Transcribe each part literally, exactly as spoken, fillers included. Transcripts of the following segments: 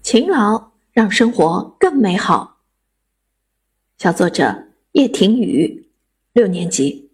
勤劳让生活更美好。小作者叶庭宇，六年级。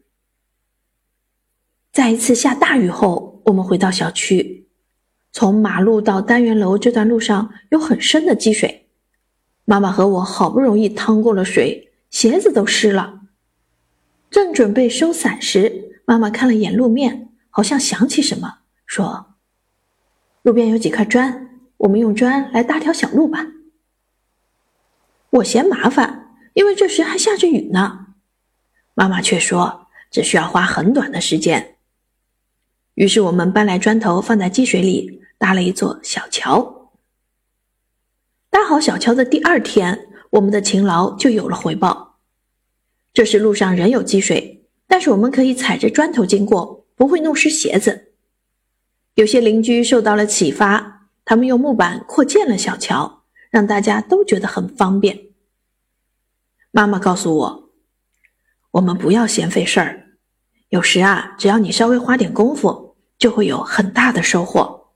在一次下大雨后，我们回到小区。从马路到单元楼这段路上有很深的积水，妈妈和我好不容易趟过了水，鞋子都湿了。正准备收伞时，妈妈看了眼路面，好像想起什么，说：路边有几块砖，我们用砖来搭条小路吧。我嫌麻烦，因为这时还下着雨呢。妈妈却说只需要花很短的时间。于是我们搬来砖头放在积水里，搭了一座小桥。搭好小桥的第二天，我们的勤劳就有了回报。这时路上仍有积水，但是我们可以踩着砖头经过，不会弄湿鞋子。有些邻居受到了启发，他们用木板扩建了小桥，让大家都觉得很方便。妈妈告诉我，我们不要嫌费事儿，有时啊，只要你稍微花点功夫，就会有很大的收获。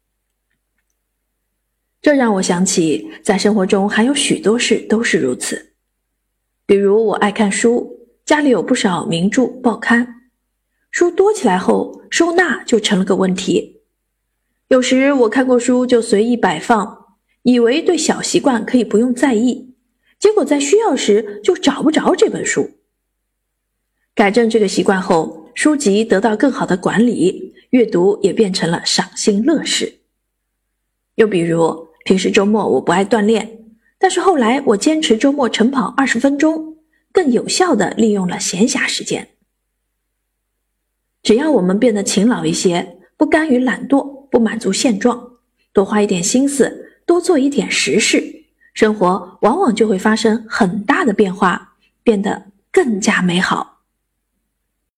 这让我想起，在生活中还有许多事都是如此。比如我爱看书，家里有不少名著报刊，书多起来后，收纳就成了个问题。有时我看过书就随意摆放，以为对小习惯可以不用在意，结果在需要时就找不着这本书。改正这个习惯后，书籍得到更好的管理，阅读也变成了赏心乐事。又比如平时周末我不爱锻炼，但是后来我坚持周末晨跑二十分钟，更有效地利用了闲暇时间。只要我们变得勤劳一些，不甘于懒惰，不满足现状，多花一点心思，多做一点实事，生活往往就会发生很大的变化，变得更加美好。